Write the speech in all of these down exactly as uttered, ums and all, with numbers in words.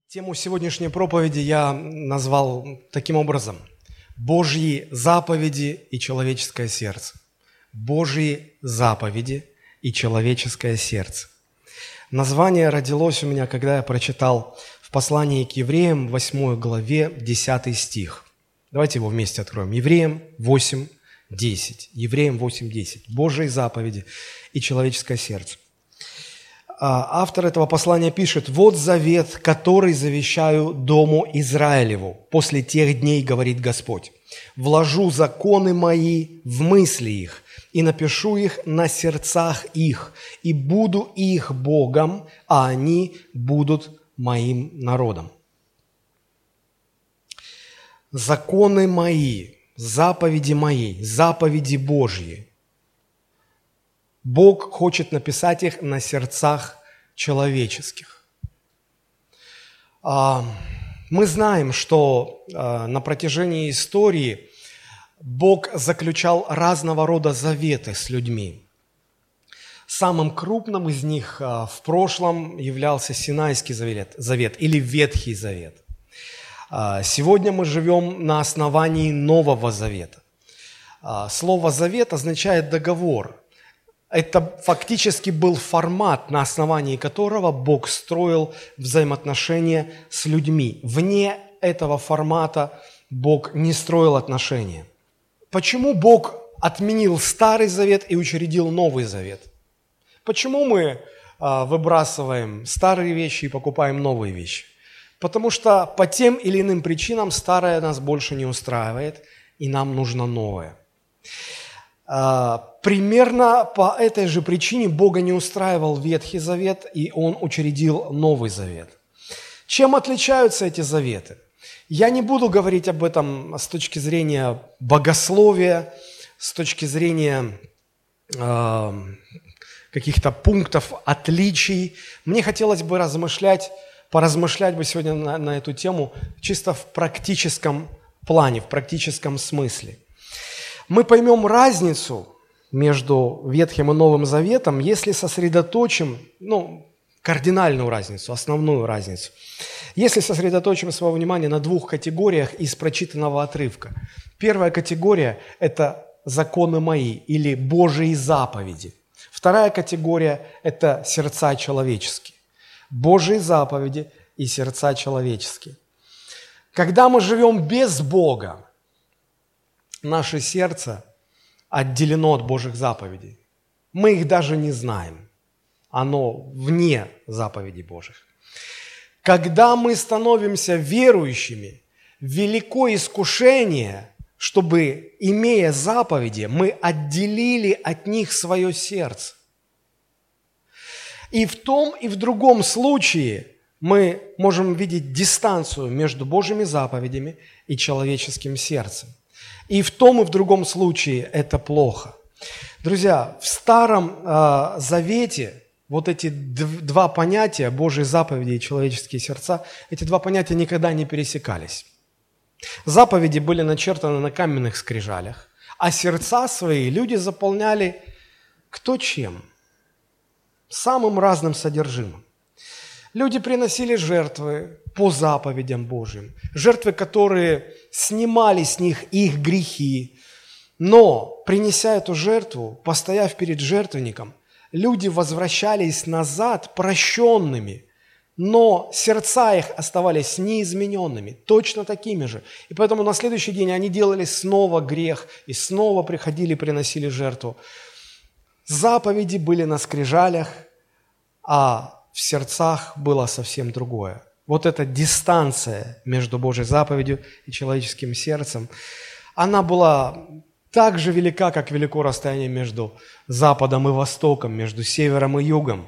Тему сегодняшней проповеди я назвал таким образом: Божьи заповеди и человеческое сердце. Божьи заповеди и человеческое сердце. Название родилось у меня, когда я прочитал в послании к Евреям, восьмой главе, десятый стих. Давайте его вместе откроем. Евреям восемь, десять. Евреям восемь, десять. Божьи заповеди и человеческое сердце. Автор этого послания пишет: «Вот завет, который завещаю дому Израилеву. После тех дней, говорит Господь, вложу законы мои в мысли их и напишу их на сердцах их, и буду их Богом, а они будут моим народом». Законы мои, заповеди мои, заповеди Божьи. Бог хочет написать их на сердцах человеческих. Мы знаем, что на протяжении истории Бог заключал разного рода заветы с людьми. Самым крупным из них в прошлом являлся Синайский завет, завет или Ветхий Завет. Сегодня мы живем на основании Нового Завета. Слово «завет» означает «договор». Это фактически был формат, на основании которого Бог строил взаимоотношения с людьми. Вне этого формата Бог не строил отношения. Почему Бог отменил Старый Завет и учредил Новый Завет? Почему мы а, выбрасываем старые вещи и покупаем новые вещи? Потому что по тем или иным причинам старое нас больше не устраивает, и нам нужно новое. Примерно по этой же причине Бога не устраивал Ветхий Завет, и Он учредил Новый Завет. Чем отличаются эти заветы? Я не буду говорить об этом с точки зрения богословия, с точки зрения э, каких-то пунктов отличий. Мне хотелось бы размышлять, поразмышлять бы сегодня на, на эту тему чисто в практическом плане, в практическом смысле. Мы поймем разницу между Ветхим и Новым Заветом, если сосредоточим, ну, кардинальную разницу, основную разницу, если сосредоточим свое внимание на двух категориях из прочитанного отрывка. Первая категория – это законы мои или Божьи заповеди. Вторая категория – это сердца человеческие. Божьи заповеди и сердца человеческие. Когда мы живем без Бога, наше сердце отделено от Божьих заповедей. Мы их даже не знаем. Оно вне заповедей Божьих. Когда мы становимся верующими, велико искушение, чтобы, имея заповеди, мы отделили от них свое сердце. И в том, и в другом случае мы можем видеть дистанцию между Божьими заповедями и человеческим сердцем. И в том, и в другом случае это плохо. Друзья, в Старом э, Завете вот эти д- два понятия, Божьи заповеди и человеческие сердца, эти два понятия никогда не пересекались. Заповеди были начертаны на каменных скрижалях, а сердца свои люди заполняли кто чем? Самым разным содержимым. Люди приносили жертвы по заповедям Божьим, жертвы, которые снимали с них их грехи. Но, принеся эту жертву, постояв перед жертвенником, люди возвращались назад прощенными, но сердца их оставались неизмененными, точно такими же. И поэтому на следующий день они делали снова грех и снова приходили, приносили жертву. Заповеди были на скрижалях, а в сердцах было совсем другое. Вот эта дистанция между Божьей заповедью и человеческим сердцем, она была так же велика, как велико расстояние между Западом и Востоком, между Севером и Югом.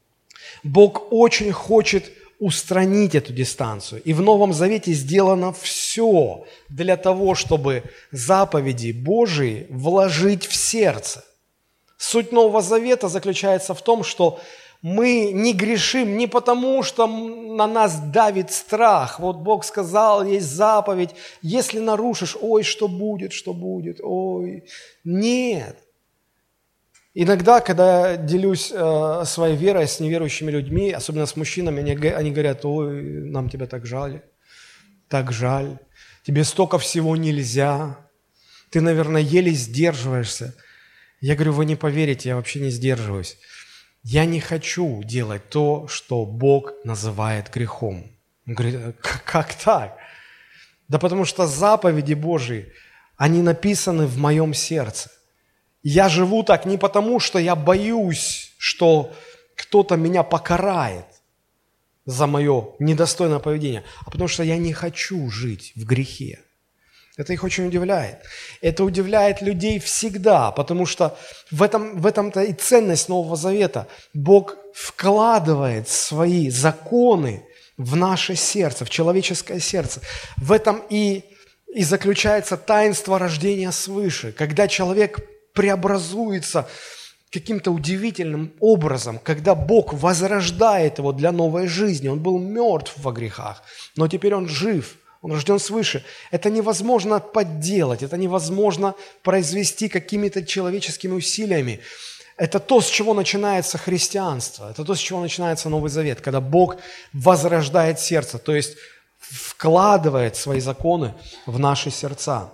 Бог очень хочет устранить эту дистанцию. И в Новом Завете сделано все для того, чтобы заповеди Божии вложить в сердце. Суть Нового Завета заключается в том, что мы не грешим не потому, что на нас давит страх. Вот Бог сказал, есть заповедь. Если нарушишь, ой, что будет, что будет, ой. Нет. Иногда, когда я делюсь э, своей верой с неверующими людьми, особенно с мужчинами, они, г- они говорят: ой, нам тебя так жаль, так жаль, тебе столько всего нельзя, ты, наверное, еле сдерживаешься. Я говорю: вы не поверите, я вообще не сдерживаюсь. Я не хочу делать то, что Бог называет грехом. Он говорит: как, как так? Да потому что заповеди Божьи, они написаны в моем сердце. Я живу так не потому, что я боюсь, что кто-то меня покарает за мое недостойное поведение, а потому что я не хочу жить в грехе. Это их очень удивляет. Это удивляет людей всегда, потому что в этом, в этом-то и ценность Нового Завета. Бог вкладывает свои законы в наше сердце, в человеческое сердце. В этом и, и заключается таинство рождения свыше, когда человек преобразуется каким-то удивительным образом, когда Бог возрождает его для новой жизни. Он был мертв во грехах, но теперь он жив. Он рожден свыше. Это невозможно подделать, это невозможно произвести какими-то человеческими усилиями. Это то, с чего начинается христианство, это то, с чего начинается Новый Завет, когда Бог возрождает сердце, то есть вкладывает свои законы в наши сердца.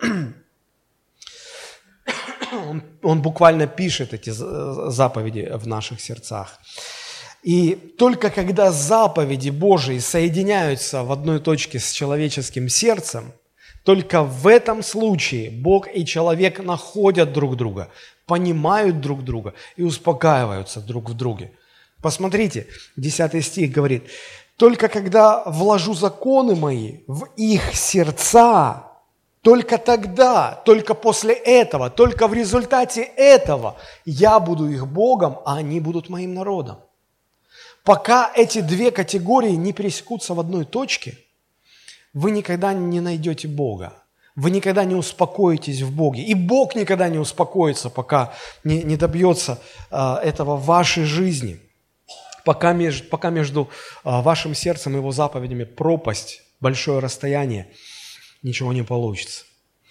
Он, он буквально пишет эти заповеди в наших сердцах. И только когда заповеди Божии соединяются в одной точке с человеческим сердцем, только в этом случае Бог и человек находят друг друга, понимают друг друга и успокаиваются друг в друге. Посмотрите, десятый стих говорит: «Только когда вложу законы мои в их сердца, только тогда, только после этого, только в результате этого я буду их Богом, а они будут моим народом». Пока эти две категории не пересекутся в одной точке, вы никогда не найдете Бога. Вы никогда не успокоитесь в Боге. И Бог никогда не успокоится, пока не, не добьется а, этого в вашей жизни. Пока, меж, пока между а, вашим сердцем и его заповедями пропасть, большое расстояние, ничего не получится.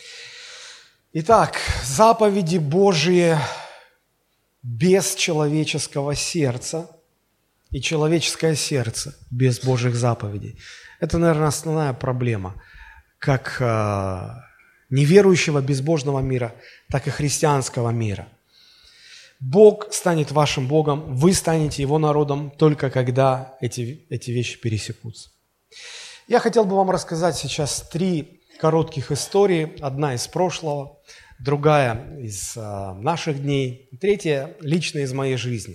Итак, заповеди Божьи без человеческого сердца и человеческое сердце без Божьих заповедей. Это, наверное, основная проблема как э, неверующего безбожного мира, так и христианского мира. Бог станет вашим Богом, вы станете Его народом только когда эти, эти вещи пересекутся. Я хотел бы вам рассказать сейчас три коротких истории. Одна из прошлого, другая из э, наших дней, третья лично из моей жизни,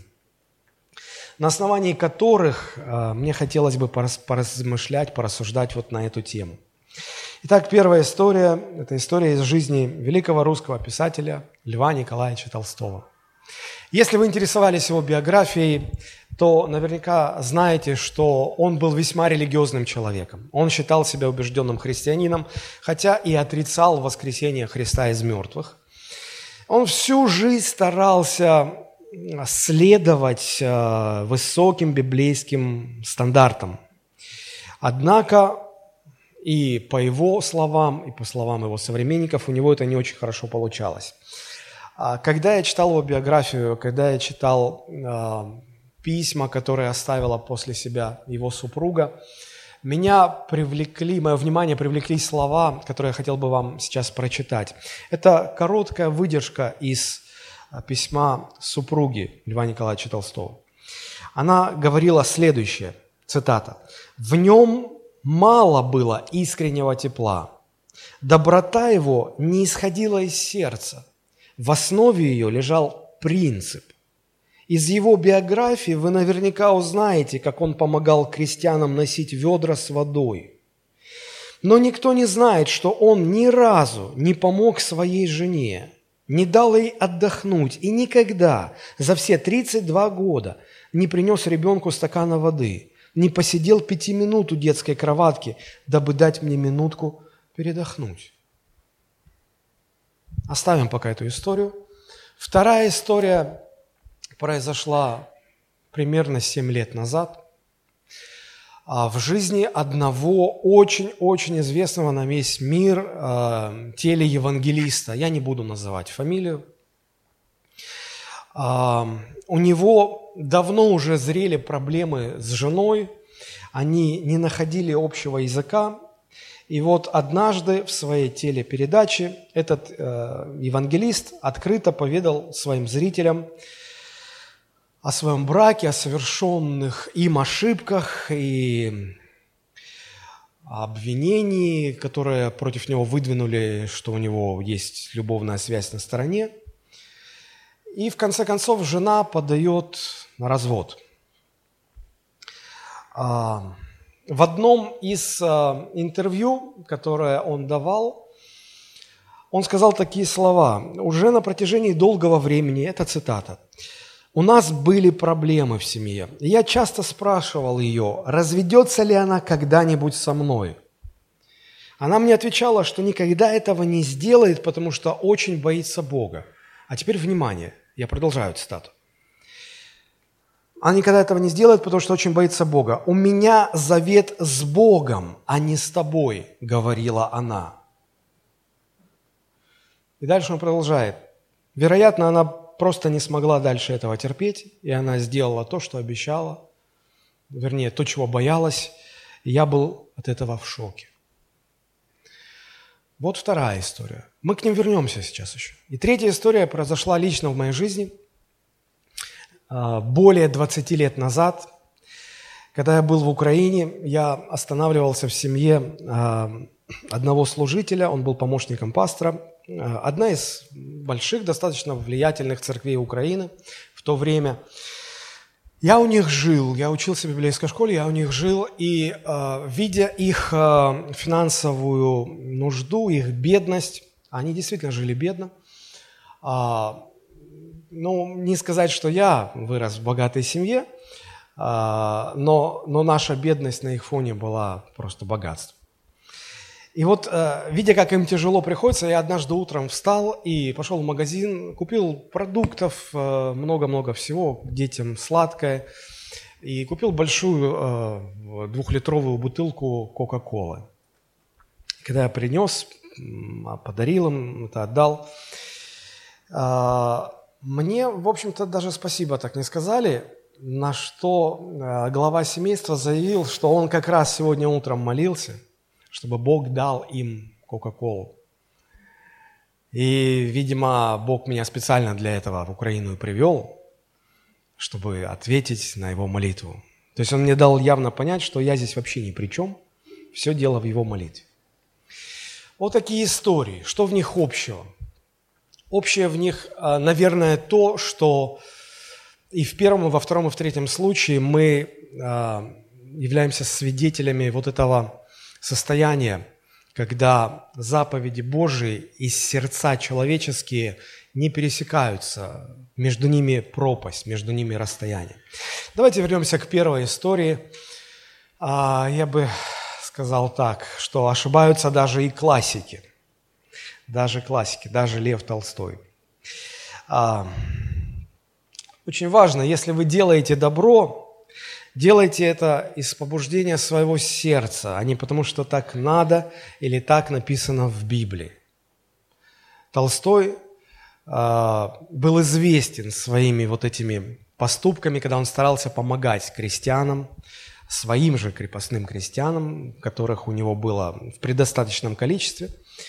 на основании которых э, мне хотелось бы пораз, поразмышлять, порассуждать вот на эту тему. Итак, первая история – это история из жизни великого русского писателя Льва Николаевича Толстого. Если вы интересовались его биографией, то наверняка знаете, что он был весьма религиозным человеком. Он считал себя убежденным христианином, хотя и отрицал воскресение Христа из мертвых. Он всю жизнь старался следовать э, высоким библейским стандартам. Однако и по его словам, и по словам его современников, у него это не очень хорошо получалось. Когда я читал его биографию, когда я читал э, письма, которые оставила после себя его супруга, меня привлекли, мое внимание привлекли слова, которые я хотел бы вам сейчас прочитать. Это короткая выдержка из письма супруги Льва Николаевича Толстого. Она говорила следующее, цитата: «В нем мало было искреннего тепла. Доброта его не исходила из сердца. В основе ее лежал принцип. Из его биографии вы наверняка узнаете, как он помогал крестьянам носить ведра с водой. Но никто не знает, что он ни разу не помог своей жене, не дал ей отдохнуть и никогда за все тридцать два года не принес ребенку стакана воды, не посидел пяти минут у детской кроватки, дабы дать мне минутку передохнуть». Оставим пока эту историю. Вторая история произошла примерно семь лет назад в жизни одного очень-очень известного на весь мир э, телеевангелиста. Я не буду называть фамилию. У него давно уже зрели проблемы с женой, они не находили общего языка. И вот однажды в своей телепередаче этот э, евангелист открыто поведал своим зрителям о своем браке, о совершенных им ошибках и обвинении, которые против него выдвинули, что у него есть любовная связь на стороне. И в конце концов жена подает на развод. В одном из интервью, которое он давал, он сказал такие слова: «Уже на протяжении долгого времени», это цитата, «у нас были проблемы в семье. Я часто спрашивал ее, разведется ли она когда-нибудь со мной. Она мне отвечала, что никогда этого не сделает, потому что очень боится Бога». А теперь внимание, я продолжаю цитату. «Она никогда этого не сделает, потому что очень боится Бога. У меня завет с Богом, а не с тобой», — говорила она. И дальше он продолжает. Вероятно, она просто не смогла дальше этого терпеть, и она сделала то, что обещала, вернее, то, чего боялась, и я был от этого в шоке. Вот вторая история. Мы к ним вернемся сейчас еще. И третья история произошла лично в моей жизни более двадцати лет назад. Когда я был в Украине, я останавливался в семье одного служителя, он был помощником пастора. Одна из больших, достаточно влиятельных церквей Украины в то время. Я у них жил, я учился в библейской школе, я у них жил, и э, видя их э, финансовую нужду, их бедность, они действительно жили бедно. Э, ну, не сказать, что я вырос в богатой семье, э, но, но наша бедность на их фоне была просто богатством. И вот, видя, как им тяжело приходится, я однажды утром встал и пошел в магазин, купил продуктов, много-много всего, детям сладкое, и купил большую двухлитровую бутылку Кока-Колы. Когда я принес, подарил им, это отдал, мне, в общем-то, даже спасибо так не сказали, на что глава семейства заявил, что он как раз сегодня утром молился, чтобы Бог дал им Кока-Колу. И, видимо, Бог меня специально для этого в Украину и привел, чтобы ответить на его молитву. То есть он мне дал явно понять, что я здесь вообще ни при чем, все дело в его молитве. Вот такие истории. Что в них общего? Общее в них, наверное, то, что и в первом, и во втором, и в третьем случае мы являемся свидетелями вот этого состояние, когда заповеди Божии и сердца человеческие не пересекаются, между ними пропасть, между ними расстояние. Давайте вернемся к первой истории. Я бы сказал так, что ошибаются даже и классики, даже классики, даже Лев Толстой. Очень важно, если вы делаете добро, делайте это из побуждения своего сердца, а не потому, что так надо или так написано в Библии. Толстой э, был известен своими вот этими поступками, когда он старался помогать крестьянам, своим же крепостным крестьянам, которых у него было в предостаточном количестве.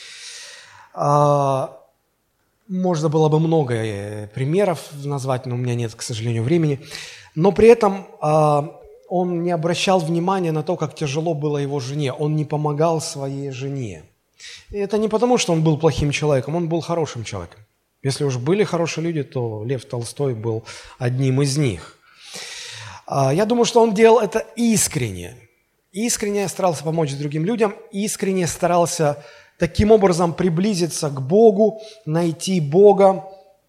Э, можно было бы много примеров назвать, но у меня нет, к сожалению, времени. Но при этом э, он не обращал внимания на то, как тяжело было его жене. Он не помогал своей жене. И это не потому, что он был плохим человеком, он был хорошим человеком. Если уж были хорошие люди, то Лев Толстой был одним из них. Э, я думаю, что он делал это искренне. Искренне старался помочь другим людям, искренне старался таким образом приблизиться к Богу, найти Бога.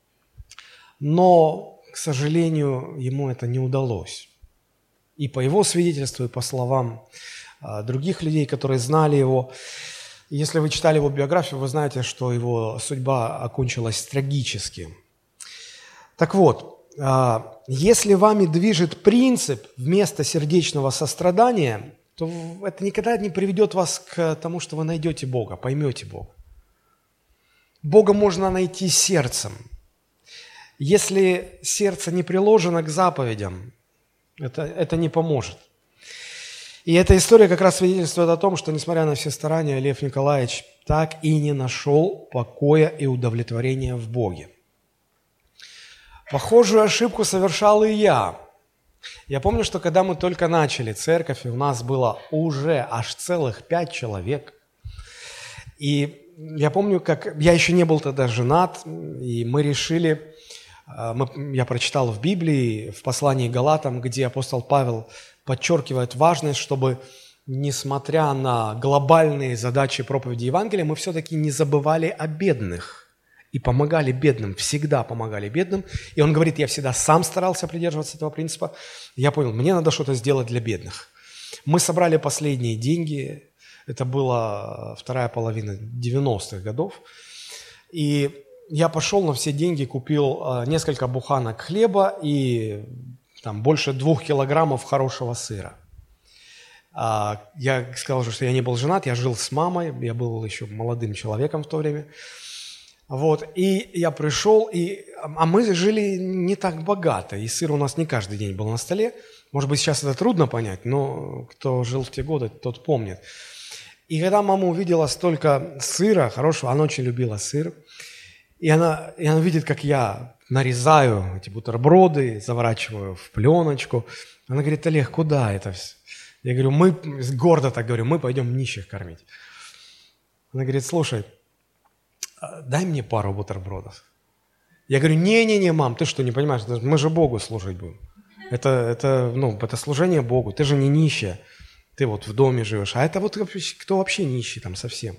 Но к сожалению, ему это не удалось. И по его свидетельству, и по словам а, других людей, которые знали его. Если вы читали его биографию, вы знаете, что его судьба окончилась трагически. Так вот, а, если вами движет принцип вместо сердечного сострадания, то это никогда не приведет вас к тому, что вы найдете Бога, поймете Бога. Бога можно найти сердцем. Если сердце не приложено к заповедям, это, это не поможет. И эта история как раз свидетельствует о том, что, несмотря на все старания, Лев Николаевич так и не нашел покоя и удовлетворения в Боге. Похожую ошибку совершал и я. Я помню, что когда мы только начали церковь, и у нас было уже аж целых пять человек. И я помню, как я еще не был тогда женат, и мы решили, мы, я прочитал в Библии, в послании к Галатам, где апостол Павел подчеркивает важность, чтобы, несмотря на глобальные задачи проповеди Евангелия, мы все-таки не забывали о бедных и помогали бедным, всегда помогали бедным. И он говорит, я всегда сам старался придерживаться этого принципа. Я понял, мне надо что-то сделать для бедных. Мы собрали последние деньги, это была вторая половина девяностых годов, и я пошел на все деньги, купил несколько буханок хлеба и там больше двух килограммов хорошего сыра. Я сказал уже, что я не был женат, я жил с мамой, я был еще молодым человеком в то время. Вот, и я пришел, и, а мы жили не так богато, и сыр у нас не каждый день был на столе. Может быть, сейчас это трудно понять, но кто жил в те годы, тот помнит. И когда мама увидела столько сыра хорошего, она очень любила сыр, и она, и она видит, как я нарезаю эти бутерброды, заворачиваю в пленочку. Она говорит, Олег, куда это все? Я говорю, мы, гордо так говорю, мы пойдем нищих кормить. Она говорит, слушай, дай мне пару бутербродов. Я говорю, не-не-не, мам, ты что, не понимаешь, мы же Богу служить будем. Это, это, ну, это служение Богу, ты же не нищая, ты вот в доме живешь. А это вот кто вообще нищий там совсем?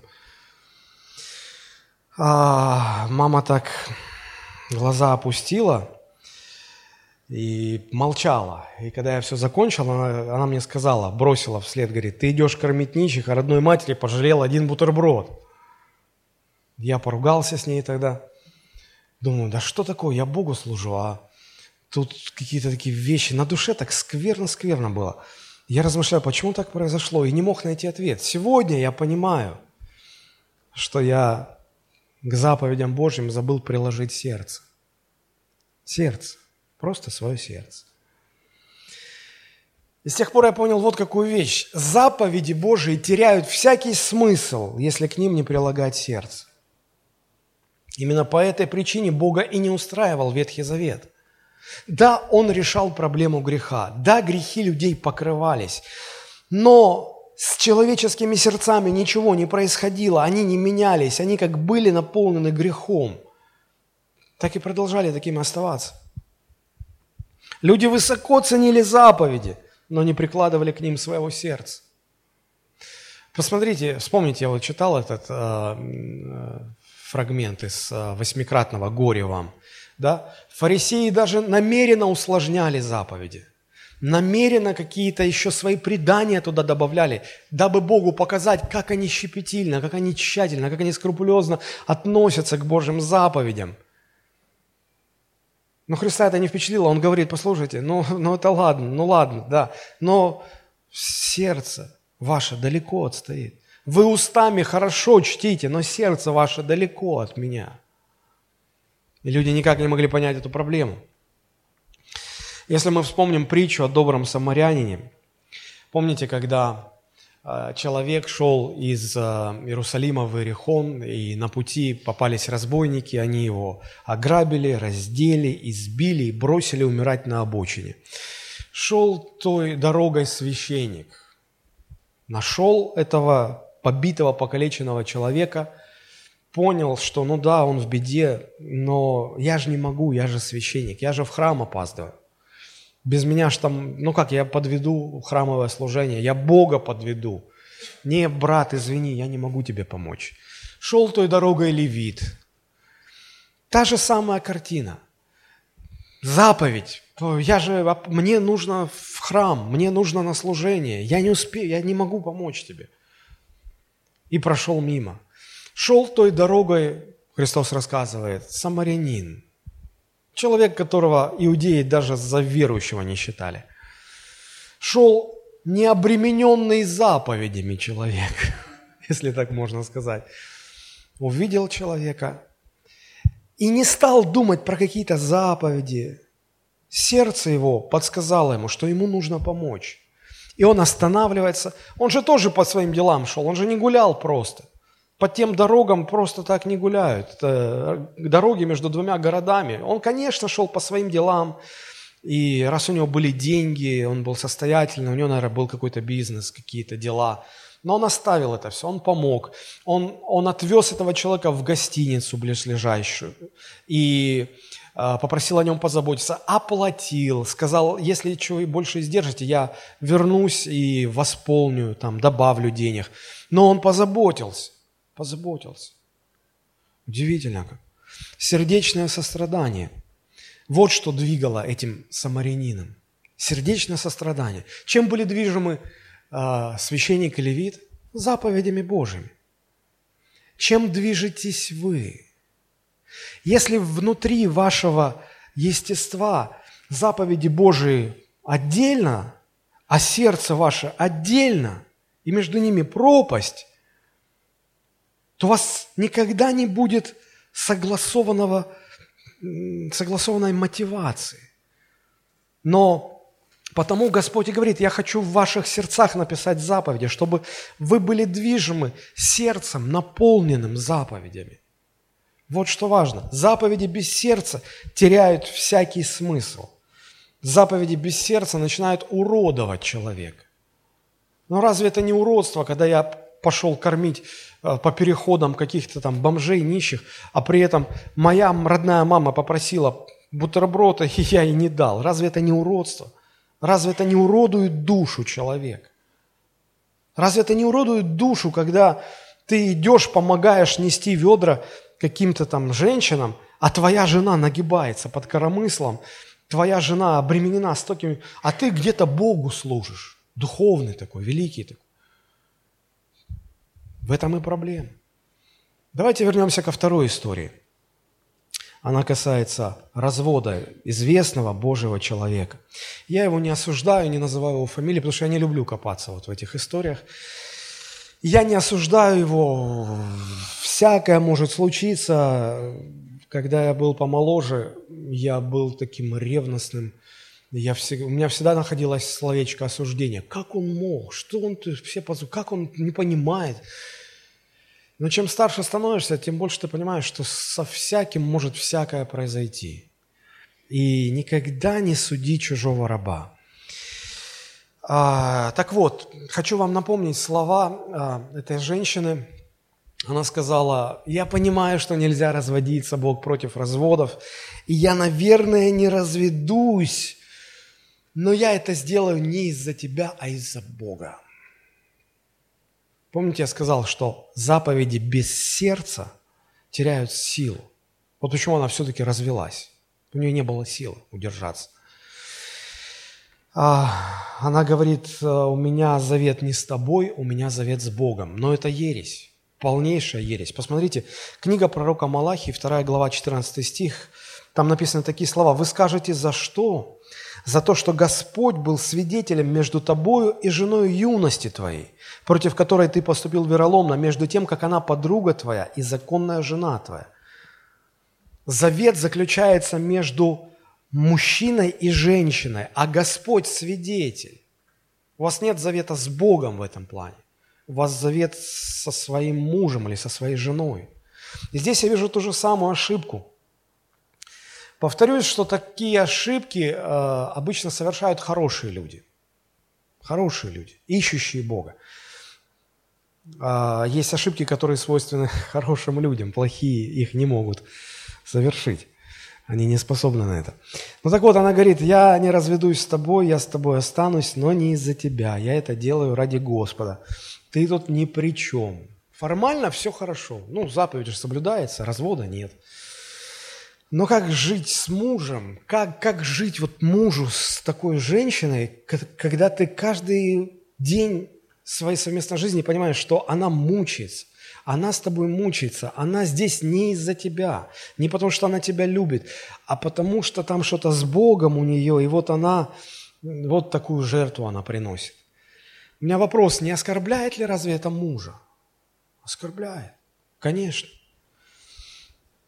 А, мама так глаза опустила и молчала. И когда я все закончил, она, она мне сказала, бросила вслед, говорит, ты идешь кормить нищих, а родной матери пожалел один бутерброд. Я поругался с ней тогда. Думаю, да что такое, я Богу служу, а тут какие-то такие вещи. На душе так скверно-скверно было. Я размышляю, почему так произошло, и не мог найти ответ. Сегодня я понимаю, что я к заповедям Божьим забыл приложить сердце. Сердце. Просто свое сердце. И с тех пор я понял вот какую вещь. Заповеди Божьи теряют всякий смысл, если к ним не прилагать сердце. Именно по этой причине Бога и не устраивал Ветхий Завет. Да, Он решал проблему греха. Да, грехи людей покрывались. Но с человеческими сердцами ничего не происходило. Они не менялись. Они как были наполнены грехом, так и продолжали такими оставаться. Люди высоко ценили заповеди, но не прикладывали к ним своего сердца. Посмотрите, вспомните, я вот читал этот э, фрагмент из э, восьмикратного «Горе вам». Да? Фарисеи даже намеренно усложняли заповеди. Намеренно какие-то еще свои предания туда добавляли, дабы Богу показать, как они щепетильно, как они тщательно, как они скрупулезно относятся к Божьим заповедям. Но Христа это не впечатлило. Он говорит, послушайте, ну, ну это ладно, ну ладно, да, но сердце ваше далеко отстоит. Вы устами хорошо чтите, но сердце ваше далеко от меня. И люди никак не могли понять эту проблему. Если мы вспомним притчу о добром самарянине, помните, когда э, человек шел из э, Иерусалима в Иерихон, и на пути попались разбойники, они его ограбили, раздели, избили и бросили умирать на обочине. Шел той дорогой священник, нашел этого побитого, покалеченного человека, понял, что ну да, он в беде, но я же не могу, я же священник, я же в храм опаздываю. Без меня ж там, ну как, я подведу храмовое служение, я Бога подведу. Не, брат, извини, я не могу тебе помочь. Шел той дорогой левит. Та же самая картина. Заповедь. Я же, мне нужно в храм, мне нужно на служение. Я не успею, я не могу помочь тебе. И прошел мимо. Шел той дорогой, Христос рассказывает, самарянин. Человек, которого иудеи даже за верующего не считали. Шел необремененный заповедями человек, если так можно сказать. Увидел человека и не стал думать про какие-то заповеди. Сердце его подсказало ему, что ему нужно помочь. И он останавливается. Он же тоже по своим делам шел, он же не гулял просто. По тем дорогам просто так не гуляют. Это дороги между двумя городами. Он, конечно, шел по своим делам. И раз у него были деньги, он был состоятельный, у него, наверное, был какой-то бизнес, какие-то дела. Но он оставил это все, он помог. Он, он отвез этого человека в гостиницу близлежащую и э, попросил о нем позаботиться, оплатил, сказал, если чего больше издержите, я вернусь и восполню, там, добавлю денег. Но он позаботился, позаботился. Удивительно как. Сердечное сострадание. Вот что двигало этим самарянином. Сердечное сострадание. Чем были движимы э, священник и левит? Заповедями Божьими. Чем движетесь вы? Если внутри вашего естества заповеди Божии отдельно, а сердце ваше отдельно, и между ними пропасть, то у вас никогда не будет согласованного согласованной мотивации. Но потому Господь и говорит, я хочу в ваших сердцах написать заповеди, чтобы вы были движимы сердцем, наполненным заповедями. Вот что важно. Заповеди без сердца теряют всякий смысл. Заповеди без сердца начинают уродовать человека. Но разве это не уродство, когда я пошел кормить по переходам каких-то там бомжей, нищих, а при этом моя родная мама попросила бутерброда, и я ей не дал. Разве это не уродство? Разве это не уродует душу человека? Разве это не уродует душу, когда ты идешь, помогаешь нести ведра каким-то там женщинам, а твоя жена нагибается под коромыслом, твоя жена обременена столькими, а ты где-то Богу служишь, духовный такой, великий такой. В этом и проблема. Давайте вернемся ко второй истории. Она касается развода известного Божьего человека. Я его не осуждаю, не называю его фамилией, потому что я не люблю копаться вот в этих историях. Я не осуждаю его. Всякое может случиться. Когда я был помоложе, я был таким ревностным. Я всегда, у меня всегда находилось словечко осуждения. Как он мог? Что он все позволил? Как он не понимает? Но чем старше становишься, тем больше ты понимаешь, что со всяким может всякое произойти. И никогда не суди чужого раба. А, так вот, хочу вам напомнить слова а, этой женщины. Она сказала, я понимаю, что нельзя разводиться, Бог против разводов, и я, наверное, не разведусь, но я это сделаю не из-за тебя, а из-за Бога. Помните, я сказал, что заповеди без сердца теряют силу. Вот почему она все-таки развелась. У нее не было силы удержаться. Она говорит, у меня завет не с тобой, у меня завет с Богом. Но это ересь, полнейшая ересь. Посмотрите, книга пророка Малахии, вторая глава, четырнадцатый стих. Там написаны такие слова. «Вы скажете, за что? За то, что Господь был свидетелем между тобою и женой юности твоей, против которой ты поступил вероломно, между тем, как она подруга твоя и законная жена твоя». Завет заключается между мужчиной и женщиной, а Господь свидетель. У вас нет завета с Богом в этом плане. У вас завет со своим мужем или со своей женой. И здесь я вижу ту же самую ошибку. Повторюсь, что такие ошибки э, обычно совершают хорошие люди. Хорошие люди, ищущие Бога. Э, есть ошибки, которые свойственны хорошим людям. Плохие их не могут совершить. Они не способны на это. Ну так вот, она говорит, я не разведусь с тобой, я с тобой останусь, но не из-за тебя. Я это делаю ради Господа. Ты тут ни при чем. Формально все хорошо. Ну, заповедь же соблюдается, развода нет. Но как жить с мужем, как, как жить вот мужу с такой женщиной, когда ты каждый день своей совместной жизни понимаешь, что она мучается, она с тобой мучается, она здесь не из-за тебя, не потому что она тебя любит, а потому что там что-то с Богом у нее, и вот она, вот такую жертву она приносит. У меня вопрос, не оскорбляет ли разве это мужа? Оскорбляет, конечно.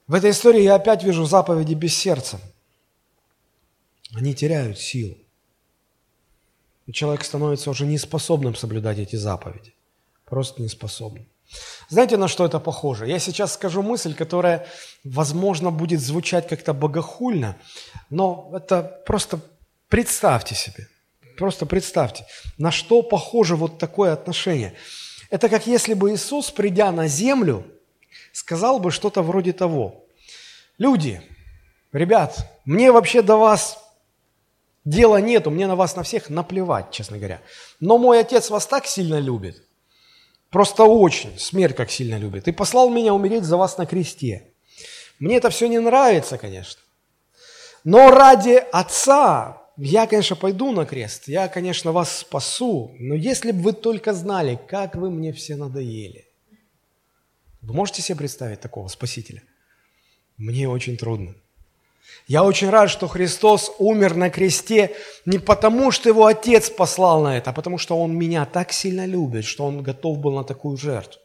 В этой истории я опять вижу заповеди без сердца. Они теряют силу. И человек становится уже неспособным соблюдать эти заповеди. Просто неспособным. Знаете, на что это похоже? Я сейчас скажу мысль, которая, возможно, будет звучать как-то богохульно, но это просто представьте себе. Просто представьте, на что похоже вот такое отношение. Это как если бы Иисус, придя на землю, сказал бы что-то вроде того: люди, ребят, мне вообще до вас дела нету, мне на вас на всех наплевать, честно говоря. Но мой Отец вас так сильно любит, просто очень, смерть как сильно любит, и послал меня умереть за вас на кресте. Мне это все не нравится, конечно, но ради Отца я, конечно, пойду на крест, я, конечно, вас спасу, но если бы вы только знали, как вы мне все надоели. Вы можете себе представить такого Спасителя? Мне очень трудно. Я очень рад, что Христос умер на кресте не потому, что Его Отец послал на это, а потому что Он меня так сильно любит, что Он готов был на такую жертву.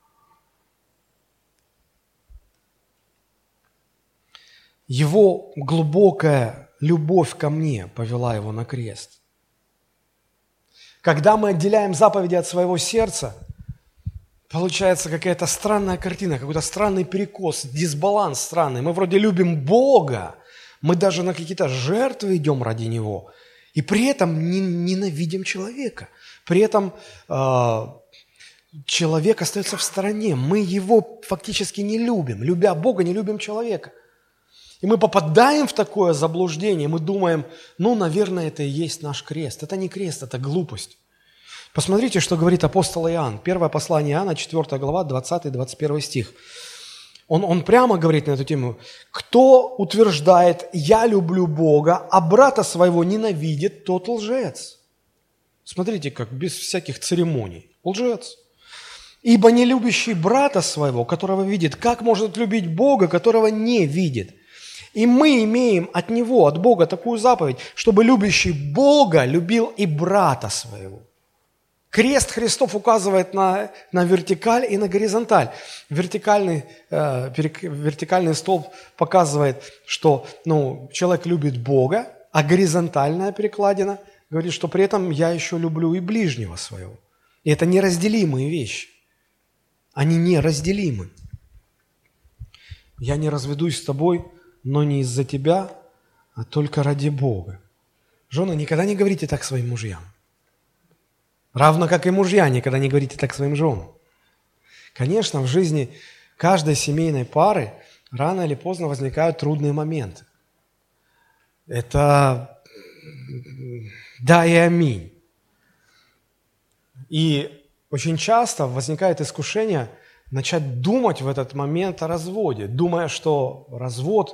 Его глубокая любовь ко мне повела Его на крест. Когда мы отделяем заповеди от своего сердца, получается какая-то странная картина, какой-то странный перекос, дисбаланс странный. Мы вроде любим Бога, мы даже на какие-то жертвы идем ради Него, и при этом не, ненавидим человека. При этом э, человек остается в стороне. Мы его фактически не любим. Любя Бога, не любим человека. И мы попадаем в такое заблуждение, мы думаем, ну, наверное, это и есть наш крест. Это не крест, это глупость. Посмотрите, что говорит апостол Иоанн. Первое послание Иоанна, четвёртая глава, двадцатый-двадцать первый стих. Он, он прямо говорит на эту тему. «Кто утверждает, я люблю Бога, а брата своего ненавидит, тот лжец». Смотрите, как без всяких церемоний. Лжец. «Ибо не любящий брата своего, которого видит, как может любить Бога, которого не видит? И мы имеем от Него, от Бога, такую заповедь, чтобы любящий Бога любил и брата своего». Крест Христов указывает на, на вертикаль и на горизонталь. Вертикальный, э, перек, вертикальный столб показывает, что ну, человек любит Бога, а горизонтальная перекладина говорит, что при этом я еще люблю и ближнего своего. И это неразделимые вещи. Они неразделимы. Я не разведусь с тобой, но не из-за тебя, а только ради Бога. Жены, никогда не говорите так своим мужьям. Равно как и мужья, никогда не говорите так своим женам. Конечно, в жизни каждой семейной пары рано или поздно возникают трудные моменты. Это да и аминь. И очень часто возникает искушение начать думать в этот момент о разводе, думая, что развод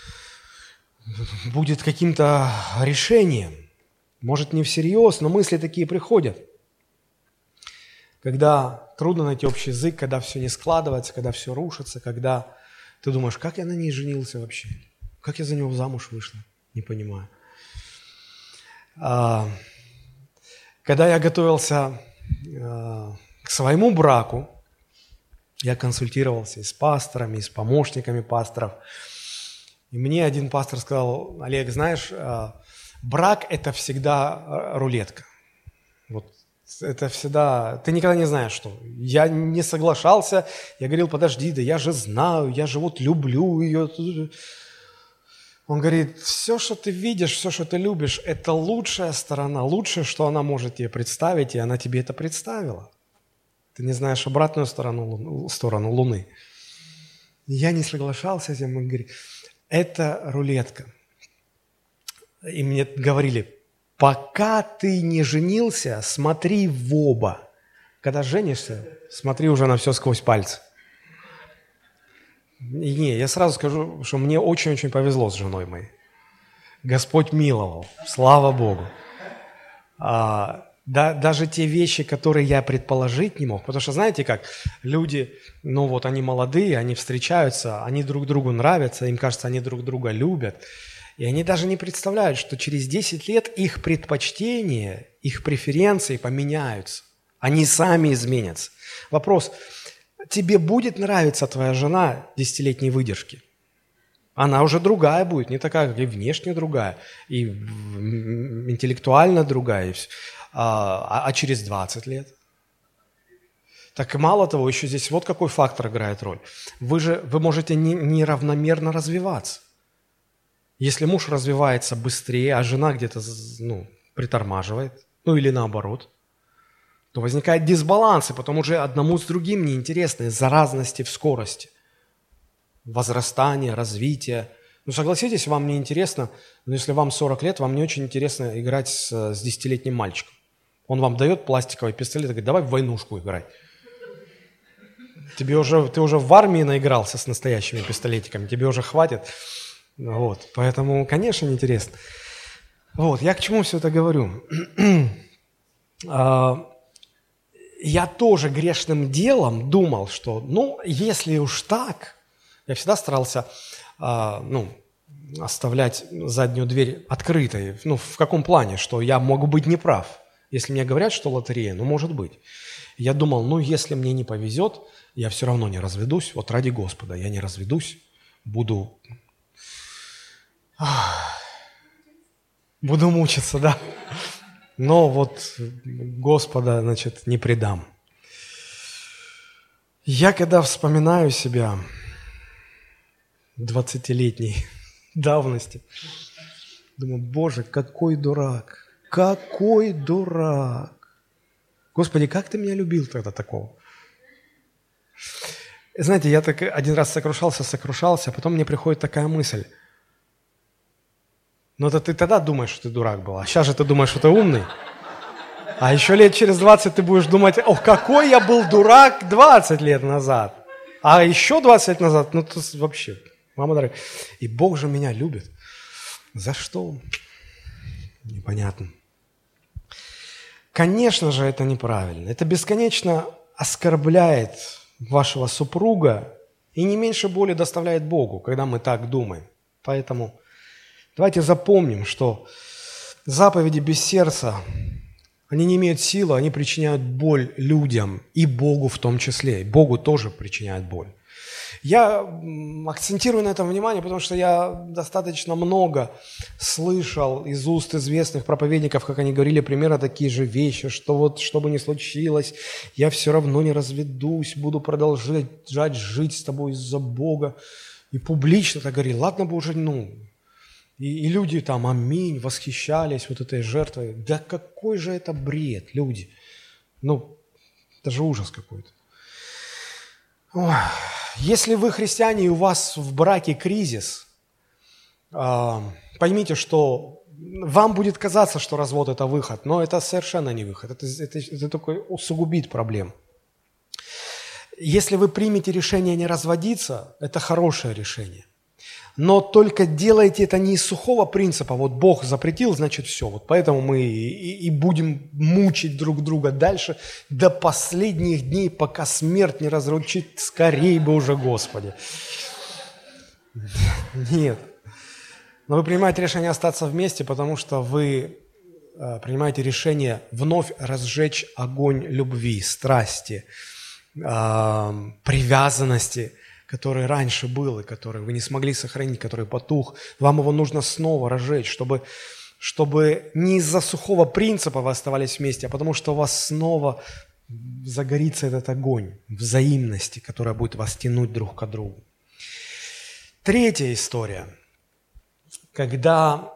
будет каким-то решением. Может, не всерьез, но мысли такие приходят. Когда трудно найти общий язык, когда все не складывается, когда все рушится, когда ты думаешь, как я на ней женился вообще? Как я за него замуж вышла? Не понимаю. А, когда я готовился а, к своему браку, я консультировался и с пасторами, и с помощниками пасторов. И мне один пастор сказал: Олег, знаешь, а, брак – это всегда рулетка. Вот. Это всегда, ты никогда не знаешь, что. Я не соглашался, я говорил, подожди, да я же знаю, я же вот люблю ее. Он говорит, все, что ты видишь, все, что ты любишь, это лучшая сторона, лучшее, что она может тебе представить, и она тебе это представила. Ты не знаешь обратную сторону, сторону Луны. Я не соглашался с этим, он говорит, это рулетка. И мне говорили, пока ты не женился, смотри в оба. Когда женишься, смотри уже на все сквозь пальцы. И не, я сразу скажу, что мне очень-очень повезло с женой моей. Господь миловал, слава Богу. А, да, даже те вещи, которые я предположить не мог, потому что, знаете как, люди, ну вот они молодые, они встречаются, они друг другу нравятся, им кажется, они друг друга любят. И они даже не представляют, что через десять лет их предпочтения, их преференции поменяются. Они сами изменятся. Вопрос, тебе будет нравиться твоя жена десятилетней выдержки? Она уже другая будет, не такая, как и внешне другая, и интеллектуально другая, и все. А, а через двадцать лет? Так мало того, еще здесь вот какой фактор играет роль. Вы же вы можете не- неравномерно развиваться. Если муж развивается быстрее, а жена где-то ну, притормаживает, ну или наоборот, то возникает дисбаланс, и потом уже одному с другим неинтересно из-за разности в скорости, возрастания, развития. Ну согласитесь, вам не интересно, но если вам сорок лет, вам не очень интересно играть с, с десятилетним мальчиком. Он вам дает пластиковый пистолет и говорит, давай в войнушку играй. Тебе уже, ты уже в армии наигрался с настоящими пистолетиками, тебе уже хватит. Вот, поэтому, конечно, неинтересно. Вот, я к чему все это говорю? Я тоже грешным делом думал, что, ну, если уж так, я всегда старался, ну, оставлять заднюю дверь открытой. Ну, в каком плане? Что я могу быть неправ. Если мне говорят, что лотерея, ну, может быть. Я думал, ну, если мне не повезет, я все равно не разведусь. Вот ради Господа я не разведусь, буду... Буду мучиться, да. Но вот Господа, значит, не предам. Я когда вспоминаю себя двадцатилетней давности, думаю, Боже, какой дурак, какой дурак. Господи, как ты меня любил тогда такого? Знаете, я так один раз сокрушался, сокрушался, а потом мне приходит такая мысль. Ну, это ты тогда думаешь, что ты дурак был, а сейчас же ты думаешь, что ты умный. А еще лет через двадцать ты будешь думать, ох, какой я был дурак двадцать лет назад. А еще двадцать лет назад, ну, то вообще, мама дорогая. И Бог же меня любит. За что? Непонятно. Конечно же, это неправильно. Это бесконечно оскорбляет вашего супруга и не меньше боли доставляет Богу, когда мы так думаем. Поэтому давайте запомним, что заповеди без сердца, они не имеют силы, они причиняют боль людям и Богу в том числе. Богу тоже причиняют боль. Я акцентирую на этом внимание, потому что я достаточно много слышал из уст известных проповедников, как они говорили примерно такие же вещи, что вот что бы ни случилось, я все равно не разведусь, буду продолжать жить с тобой из-за Бога. И публично так говорили, ладно бы уже, ну... И, и люди там, аминь, восхищались вот этой жертвой. Да какой же это бред, люди. Ну, это же ужас какой-то. Ой. Если вы христиане и у вас в браке кризис, поймите, что вам будет казаться, что развод – это выход, но это совершенно не выход. Это, это, это только усугубит проблему. Если вы примете решение не разводиться, это хорошее решение. Но только делайте это не из сухого принципа, вот Бог запретил, значит все, вот поэтому мы и, и будем мучить друг друга дальше до последних дней, пока смерть не разлучит, скорей бы уже, Господи. Нет. Но вы принимаете решение остаться вместе, потому что вы э, принимаете решение вновь разжечь огонь любви, страсти, э, привязанности, который раньше был и который вы не смогли сохранить, который потух, вам его нужно снова разжечь, чтобы, чтобы не из-за сухого принципа вы оставались вместе, а потому что у вас снова загорится этот огонь взаимности, которая будет вас тянуть друг к другу. Третья история. Когда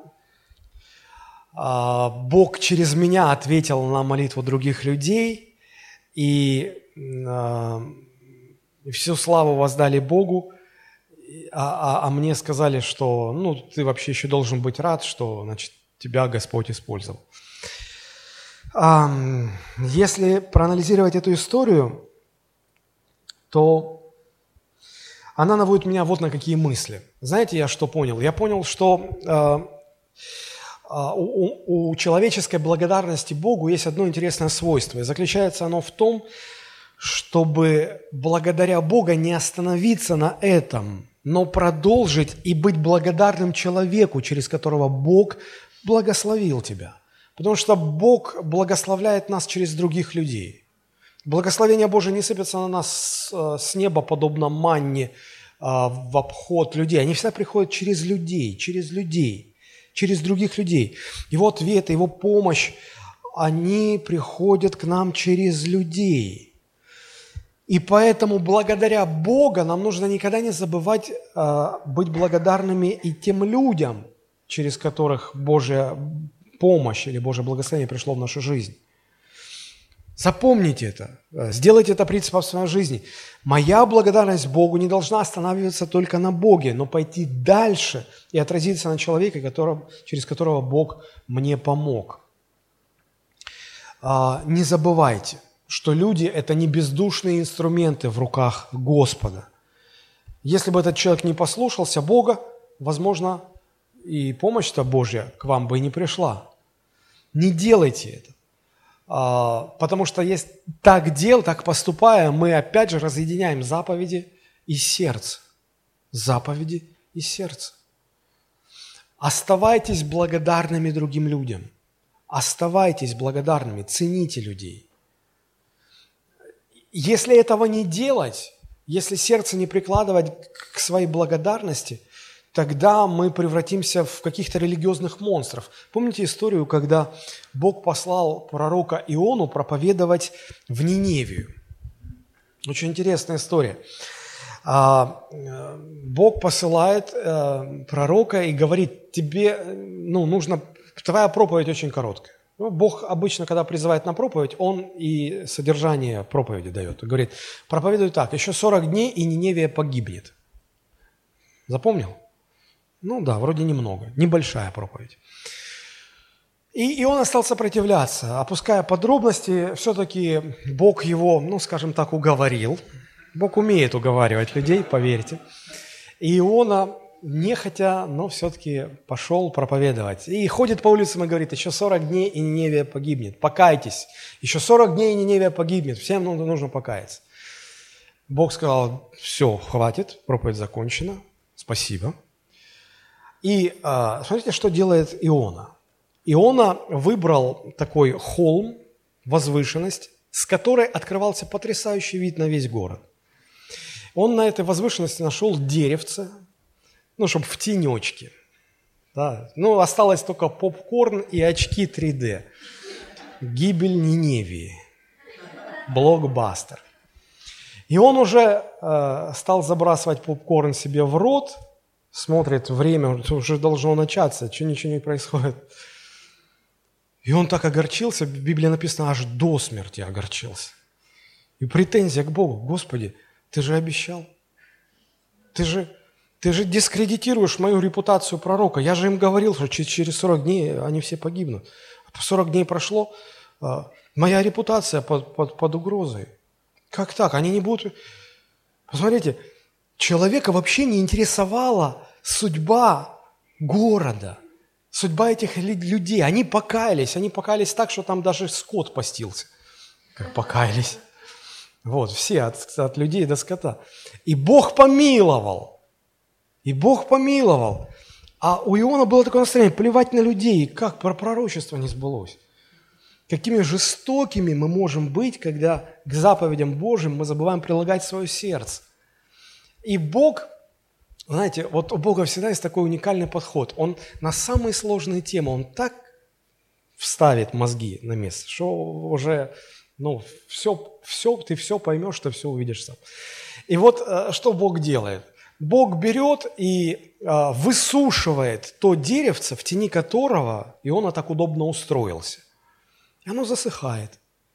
а, Бог через меня ответил на молитву других людей, и... А, И всю славу воздали Богу, а, а, а мне сказали, что ну, ты вообще еще должен быть рад, что значит, тебя Господь использовал. А, если проанализировать эту историю, то она наводит меня вот на какие мысли. Знаете, я что понял? Я понял, что э, э, у, у человеческой благодарности Богу есть одно интересное свойство, и заключается оно в том, чтобы благодаря Бога не остановиться на этом, но продолжить и быть благодарным человеку, через которого Бог благословил тебя. Потому что Бог благословляет нас через других людей. Благословение Божие не сыпется на нас с неба, подобно манне а, в обход людей. Они всегда приходят через людей, через людей, через других людей. Его ответ, его помощь, они приходят к нам через людей. И поэтому благодаря Богу нам нужно никогда не забывать а, быть благодарными и тем людям, через которых Божья помощь или Божье благословение пришло в нашу жизнь. Запомните это, сделайте это принципом в своей жизни. Моя благодарность Богу не должна останавливаться только на Боге, но пойти дальше и отразиться на человеке, которого, через которого Бог мне помог. А, не забывайте, что люди – это не бездушные инструменты в руках Господа. Если бы этот человек не послушался Бога, возможно, и помощь-то Божья к вам бы и не пришла. Не делайте это. Потому что есть так дел, так поступая, мы опять же разъединяем заповеди и сердце. Заповеди и сердце. Оставайтесь благодарными другим людям. Оставайтесь благодарными, цените людей. Если этого не делать, если сердце не прикладывать к своей благодарности, тогда мы превратимся в каких-то религиозных монстров. Помните историю, когда Бог послал пророка Иону проповедовать в Ниневию? Очень интересная история. Бог посылает пророка и говорит, тебе ну, нужно, твоя проповедь очень короткая. Ну, Бог обычно, когда призывает на проповедь, Он и содержание проповеди дает. Говорит, проповедуй так, еще сорок дней, и Ниневия погибнет. Запомнил? Ну да, вроде немного, небольшая проповедь. И, и он стал сопротивляться, опуская подробности, все-таки Бог его, ну скажем так, уговорил. Бог умеет уговаривать людей, поверьте. И Иона, нехотя, но все-таки пошел проповедовать. И ходит по улицам и говорит, еще сорок дней, и Ниневия погибнет. Покайтесь. Еще сорок дней, и Ниневия погибнет. Всем нужно покаяться. Бог сказал, все, хватит, проповедь закончена. Спасибо. И а, смотрите, что делает Иона. Иона выбрал такой холм, возвышенность, с которой открывался потрясающий вид на весь город. Он на этой возвышенности нашел деревце, ну, чтобы в тенечке. Да. Ну, осталось только попкорн и очки три дэ. Гибель Ниневии. Блокбастер. И он уже э, стал забрасывать попкорн себе в рот, смотрит время, уже должно начаться, что ничего не происходит. И он так огорчился, в Библии написано, аж до смерти огорчился. И претензия к Богу, Господи, Ты же обещал, Ты же, ты же дискредитируешь мою репутацию пророка. Я же им говорил, что через сорок дней они все погибнут. сорок дней прошло, моя репутация под, под, под угрозой. Как так? Они не будут... Посмотрите, человека вообще не интересовала судьба города, судьба этих людей. Они покаялись, они покаялись так, что там даже скот постился. Как покаялись. Вот, все, от, от людей до скота. И Бог помиловал. И Бог помиловал. А у Иона было такое настроение, плевать на людей, как про пророчество не сбылось. Какими жестокими мы можем быть, когда к заповедям Божьим мы забываем прилагать свое сердце. И Бог, знаете, вот у Бога всегда есть такой уникальный подход. Он на самые сложные темы, Он так вставит мозги на место, что уже, ну, все, все, ты все поймешь, ты все увидишь сам. И вот что Бог делает? Бог берет и а, высушивает то деревце, в тени которого Иона так удобно устроился. И оно засыхает.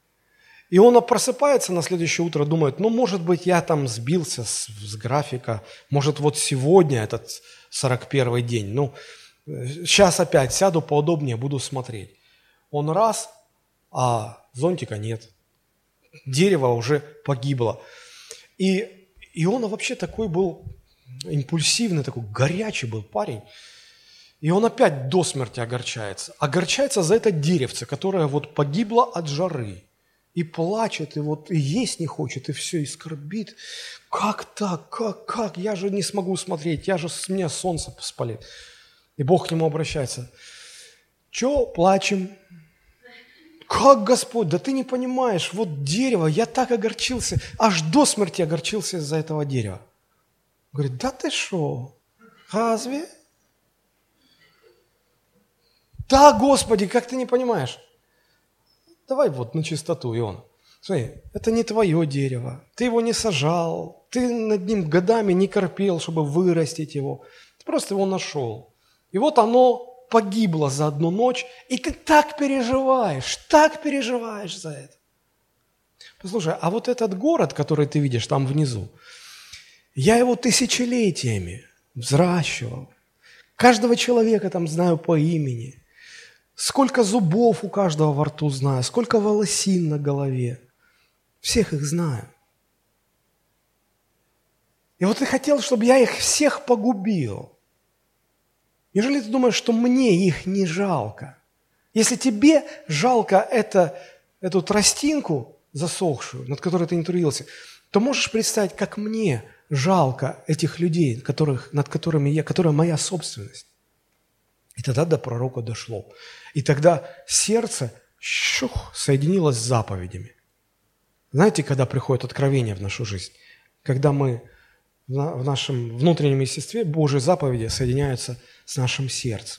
И он просыпается на следующее утро, думает, ну, может быть, я там сбился с, с графика, может, вот сегодня этот сорок первый день, ну, сейчас опять сяду поудобнее, буду смотреть. Он раз, а зонтика нет, дерево уже погибло. И Иона вообще такой был импульсивный, такой горячий был парень. И он опять до смерти огорчается. Огорчается за это деревце, которое вот погибло от жары. И плачет, и вот и есть не хочет, и все, и скорбит. Как так? Как? Как? Я же не смогу смотреть, я же, с меня солнце спалит. И Бог к нему обращается. Че плачем? Как, Господь? Да ты не понимаешь, вот дерево, я так огорчился, аж до смерти огорчился из-за этого дерева. Говорит, да ты шо? Разве? Да, Господи, как ты не понимаешь? Давай вот на чистоту, Иона. Смотри, это не твое дерево, ты его не сажал, ты над ним годами не корпел, чтобы вырастить его. Ты просто его нашел. И вот оно погибло за одну ночь, и ты так переживаешь, так переживаешь за это. Послушай, а вот этот город, который ты видишь там внизу, я его тысячелетиями взращивал. Каждого человека там знаю по имени. Сколько зубов у каждого во рту знаю, сколько волосин на голове. Всех их знаю. И вот ты хотел, чтобы я их всех погубил. Неужели ты думаешь, что мне их не жалко? Если тебе жалко это, эту тростинку засохшую, над которой ты не трудился, то можешь представить, как мне жалко этих людей, которых, над которыми я, которая моя собственность. И тогда до пророка дошло. И тогда сердце щух, соединилось с заповедями. Знаете, когда приходит откровение в нашу жизнь? Когда мы в нашем внутреннем естестве Божьи заповеди соединяются с нашим сердцем.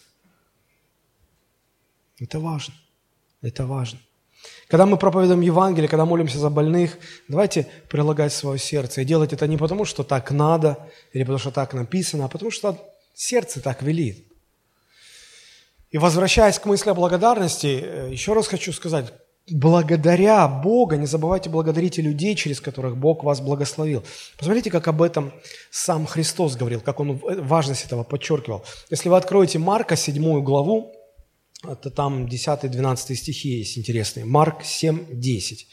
Это важно. Это важно. Когда мы проповедуем Евангелие, когда молимся за больных, давайте прилагать свое сердце. И делать это не потому, что так надо, или потому, что так написано, а потому, что сердце так велит. И возвращаясь к мысли о благодарности, еще раз хочу сказать, благодаря Бога, не забывайте благодарить и людей, через которых Бог вас благословил. Посмотрите, как об этом сам Христос говорил, как Он важность этого подчеркивал. Если вы откроете Марка, седьмую главу, это там десятый-двенадцатый стихи есть интересные. Марк семь десять.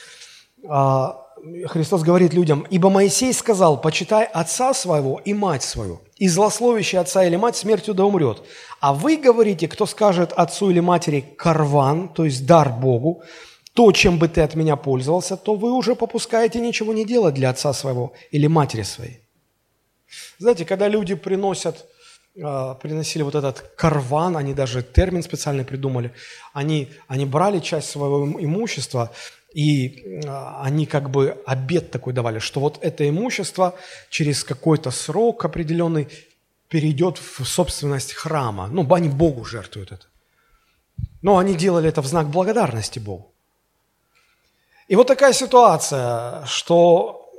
Христос говорит людям: «Ибо Моисей сказал, почитай отца своего и мать свою, и злословящий отца или мать смертью да умрет. А вы говорите, кто скажет отцу или матери карван, то есть дар Богу, то, чем бы ты от меня пользовался, то вы уже попускаете ничего не делать для отца своего или матери своей». Знаете, когда люди приносят, приносили вот этот карван, они даже термин специально придумали, они, они брали часть своего имущества, и они как бы обет такой давали, что вот это имущество через какой-то срок определенный перейдет в собственность храма. Ну, они Богу жертвуют это. Но они делали это в знак благодарности Богу. И вот такая ситуация, что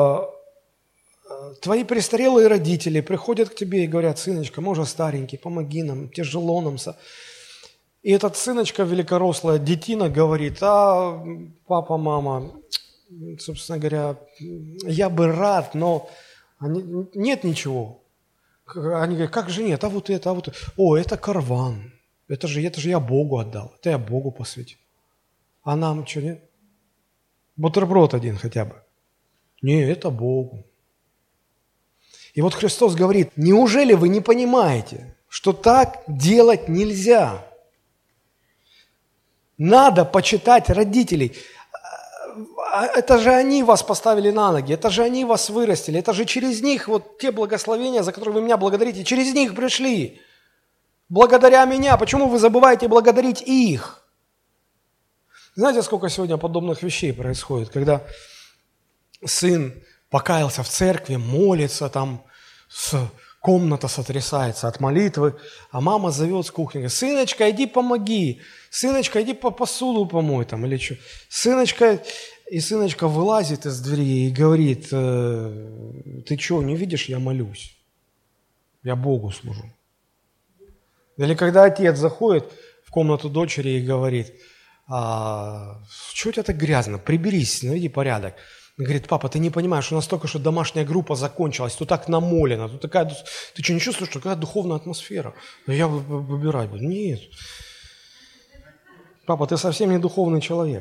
э, твои престарелые родители приходят к тебе и говорят: «Сыночка, мы уже старенький, помоги нам, тяжело нам». И этот сыночка, великорослая детина, говорит: «А, папа, мама, собственно говоря, я бы рад, но нет ничего». Они говорят: «Как же нет? А вот это, а вот это. О, это карван. Это же, это же я Богу отдал. Это я Богу посвятил. А нам что, нет? Бутерброд один хотя бы. Не, это Богу». И вот Христос говорит: неужели вы не понимаете, что так делать нельзя? Надо почитать родителей. Это же они вас поставили на ноги, это же они вас вырастили, это же через них вот те благословения, за которые вы меня благодарите, через них пришли. Благодаря меня. Почему вы забываете благодарить их? Знаете, сколько сегодня подобных вещей происходит, когда сын покаялся в церкви, молится, там с... комната сотрясается от молитвы, а мама зовет с кухни: «Сыночка, иди помоги, сыночка, иди по посуду помой», там, или что. Сыночка, и сыночка вылазит из двери и говорит: «Ты что, не видишь, я молюсь, я Богу служу». Или когда отец заходит в комнату дочери и говорит: а, «Что у тебя так грязно, приберись, наведи порядок». Он говорит: «Папа, ты не понимаешь, у нас только что домашняя группа закончилась, тут так намолено, тут такая... Ты что, не чувствуешь, что какая духовная атмосфера? Да я выбирать буду». Нет. Папа, ты совсем не духовный человек.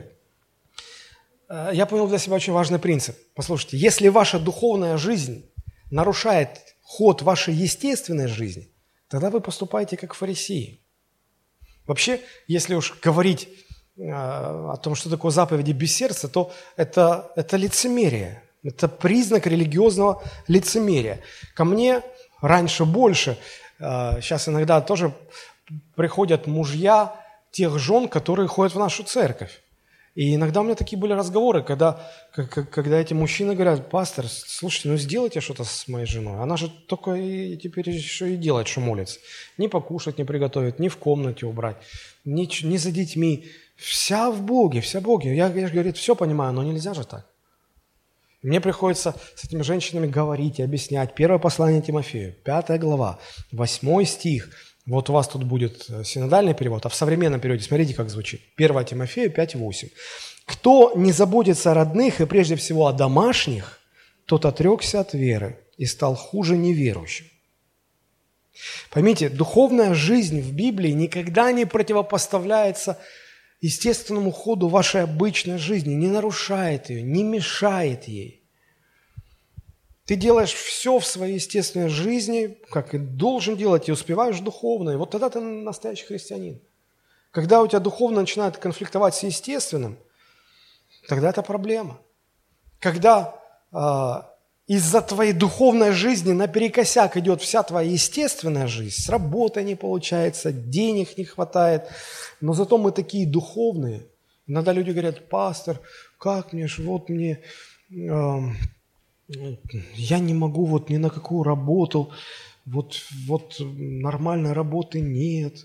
Я понял для себя очень важный принцип. Послушайте, если ваша духовная жизнь нарушает ход вашей естественной жизни, тогда вы поступаете как фарисеи. Вообще, если уж говорить о том, что такое заповеди без сердца, то это, это лицемерие. Это признак религиозного лицемерия. Ко мне раньше больше, сейчас иногда тоже приходят мужья тех жен, которые ходят в нашу церковь. И иногда у меня такие были разговоры, когда, когда эти мужчины говорят: пастор, слушайте, ну сделайте что-то с моей женой. Она же только и теперь еще и делает, что молится. Ни покушать не приготовит, ни в комнате убрать, ни, ни за детьми. Вся в Боге, вся в Боге. Я, я говорит, все понимаю, но нельзя же так. Мне приходится с этими женщинами говорить и объяснять. Первое послание Тимофею, пятая глава, восьмой стих. Вот у вас тут будет синодальный перевод, а в современном переводе смотрите, как звучит. первое Тимофею пять восемь. «Кто не заботится о родных и прежде всего о домашних, тот отрекся от веры и стал хуже неверующим». Поймите, духовная жизнь в Библии никогда не противопоставляется естественному ходу вашей обычной жизни, не нарушает ее, не мешает ей. Ты делаешь все в своей естественной жизни, как и должен делать, и успеваешь духовно. И вот тогда ты настоящий христианин. Когда у тебя духовно начинает конфликтовать с естественным, тогда это проблема. Когда э, из-за твоей духовной жизни наперекосяк идет вся твоя естественная жизнь, с работой не получается, денег не хватает, но зато мы такие духовные. Иногда люди говорят: пастор, как мне ж, вот мне... Э, я не могу вот ни на какую работу, вот, вот нормальной работы нет.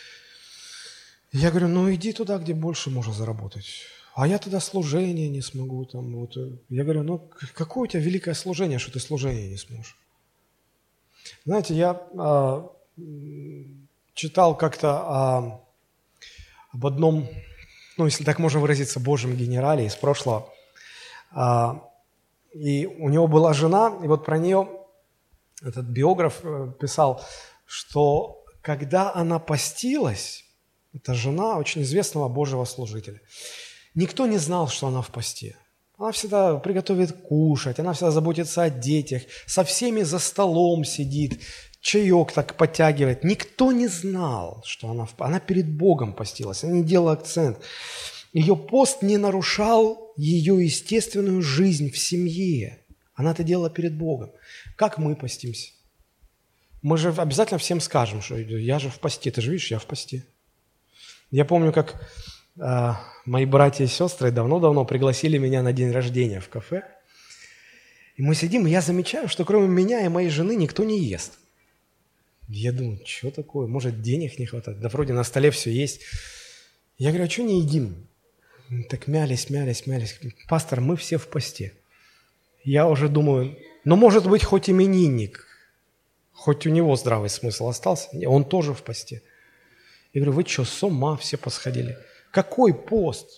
Я говорю: ну иди туда, где больше можно заработать. А я тогда служение не смогу. Там, вот. Я говорю: ну какое у тебя великое служение, что ты служение не сможешь? Знаете, я а, читал как-то а, об одном, ну если так можно выразиться, божьем генерале из прошлого. А, И у него была жена, и вот про нее этот биограф писал, что когда она постилась, эта жена очень известного Божьего служителя, никто не знал, что она в посте. Она всегда приготовит кушать, она всегда заботится о детях, со всеми за столом сидит, чаек так подтягивает. Никто не знал, что она в посте. Она перед Богом постилась, она не делала акцент. Ее пост не нарушал ее естественную жизнь в семье. Она это делала перед Богом. Как мы постимся? Мы же обязательно всем скажем, что я же в посте. Ты же видишь, я в посте. Я помню, как э, мои братья и сестры давно-давно пригласили меня на день рождения в кафе. И мы сидим, и я замечаю, что кроме меня и моей жены никто не ест. Я думаю, что такое? Может, денег не хватает? Да вроде на столе все есть. Я говорю: а что не едим? Так мялись, мялись, мялись. Пастор, мы все в посте. Я уже думаю, ну, может быть, хоть именинник, хоть у него здравый смысл остался, он тоже в посте. Я говорю: вы что, с ума все посходили? Какой пост?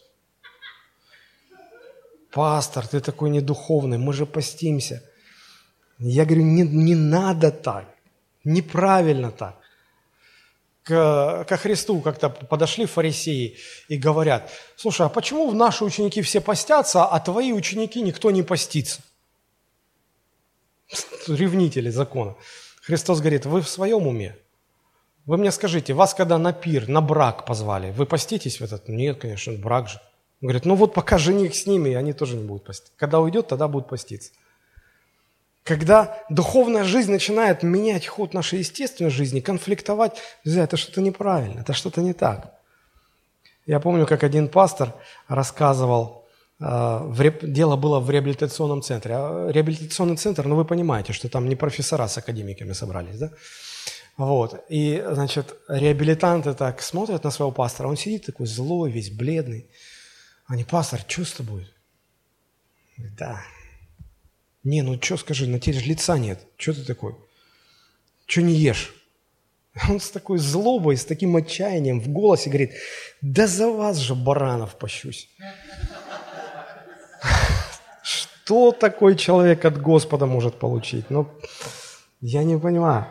Пастор, ты такой недуховный, мы же постимся. Я говорю: не, не надо так, неправильно так. К, ко Христу как-то подошли фарисеи и говорят: слушай, а почему наши ученики все постятся, а твои ученики никто не постится? Ревнители закона. Христос говорит: вы в своем уме? Вы мне скажите, вас когда на пир, на брак позвали, вы поститесь в этот? Нет, конечно, брак же. Он говорит: ну вот пока жених с ними, они тоже не будут поститься. Когда уйдет, тогда будут поститься. Когда духовная жизнь начинает менять ход нашей естественной жизни, конфликтовать, друзья, это что-то неправильно, это что-то не так. Я помню, как один пастор рассказывал, э, в реп... дело было в реабилитационном центре. А реабилитационный центр, ну вы понимаете, что там не профессора с академиками собрались, да? Вот. И, значит, реабилитанты так смотрят на своего пастора, он сидит такой злой, весь бледный. Они: пастор, что с тобой? Да. Не, ну что скажи, на тебе же лица нет. Что ты такой? Что не ешь? Он с такой злобой, с таким отчаянием в голосе говорит: да за вас же, баранов, пощусь. Что такой человек от Господа может получить? Ну, я не понимаю.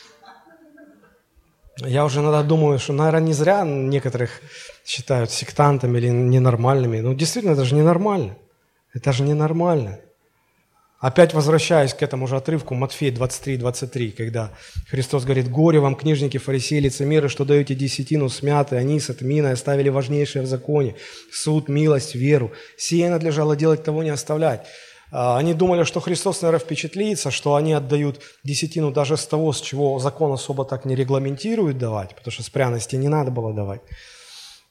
Я уже иногда думаю, что, наверное, не зря некоторых считают сектантами или ненормальными. Ну, действительно, это же ненормально. Это же ненормально. Опять возвращаясь к этому же отрывку, Матфея двадцать три двадцать три, когда Христос говорит: «Горе вам, книжники, фарисеи, лицемеры, что даете десятину смяты, анис, тмина, и оставили важнейшее в законе, суд, милость, веру. Сие надлежало делать, того не оставлять». Они думали, что Христос, наверное, впечатлится, что они отдают десятину даже с того, с чего закон особо так не регламентирует давать, потому что с пряности не надо было давать.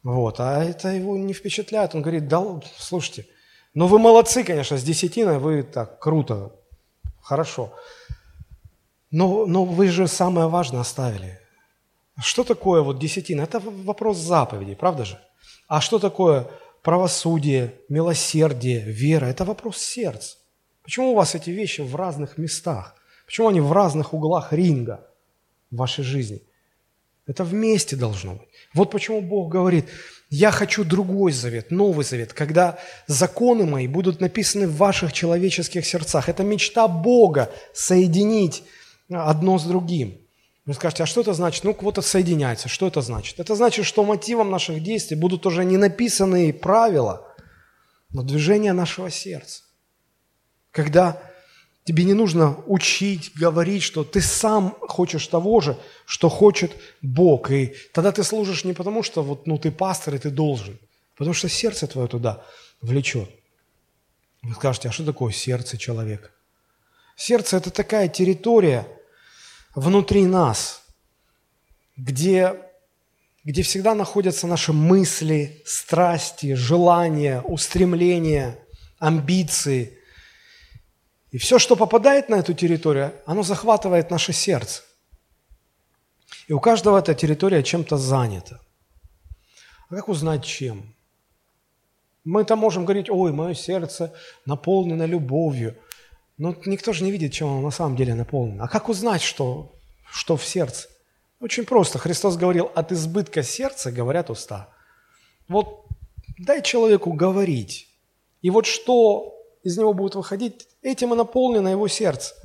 Вот, а это его не впечатляет. Он говорит, да, слушайте, ну вы молодцы, конечно, с десятиной вы так круто, хорошо. Но, но вы же самое важное оставили. Что такое вот десятина? Это вопрос заповедей, правда же? А что такое правосудие, милосердие, вера? Это вопрос сердца. Почему у вас эти вещи в разных местах? Почему они в разных углах ринга в вашей жизни? Это вместе должно быть. Вот почему Бог говорит, я хочу другой завет, новый завет, когда законы мои будут написаны в ваших человеческих сердцах. Это мечта Бога соединить одно с другим. Вы скажете, а что это значит? Ну, вот это соединяется. Что это значит? Это значит, что мотивом наших действий будут уже не написанные правила, но движение нашего сердца. Когда тебе не нужно учить, говорить, что ты сам хочешь того же, что хочет Бог. И тогда ты служишь не потому, что вот, ну, ты пастор и ты должен, потому что сердце твое туда влечет. Вы скажете, а что такое сердце человека? Сердце – это такая территория внутри нас, где, где всегда находятся наши мысли, страсти, желания, устремления, амбиции. И все, что попадает на эту территорию, оно захватывает наше сердце. И у каждого эта территория чем-то занята. А как узнать, чем? Мы-то можем говорить, ой, мое сердце наполнено любовью. Но никто же не видит, чем оно на самом деле наполнено. А как узнать, что, что в сердце? Очень просто. Христос говорил, от избытка сердца говорят уста. Вот дай человеку говорить. И вот что из него будет выходить, этим и наполнено его сердце.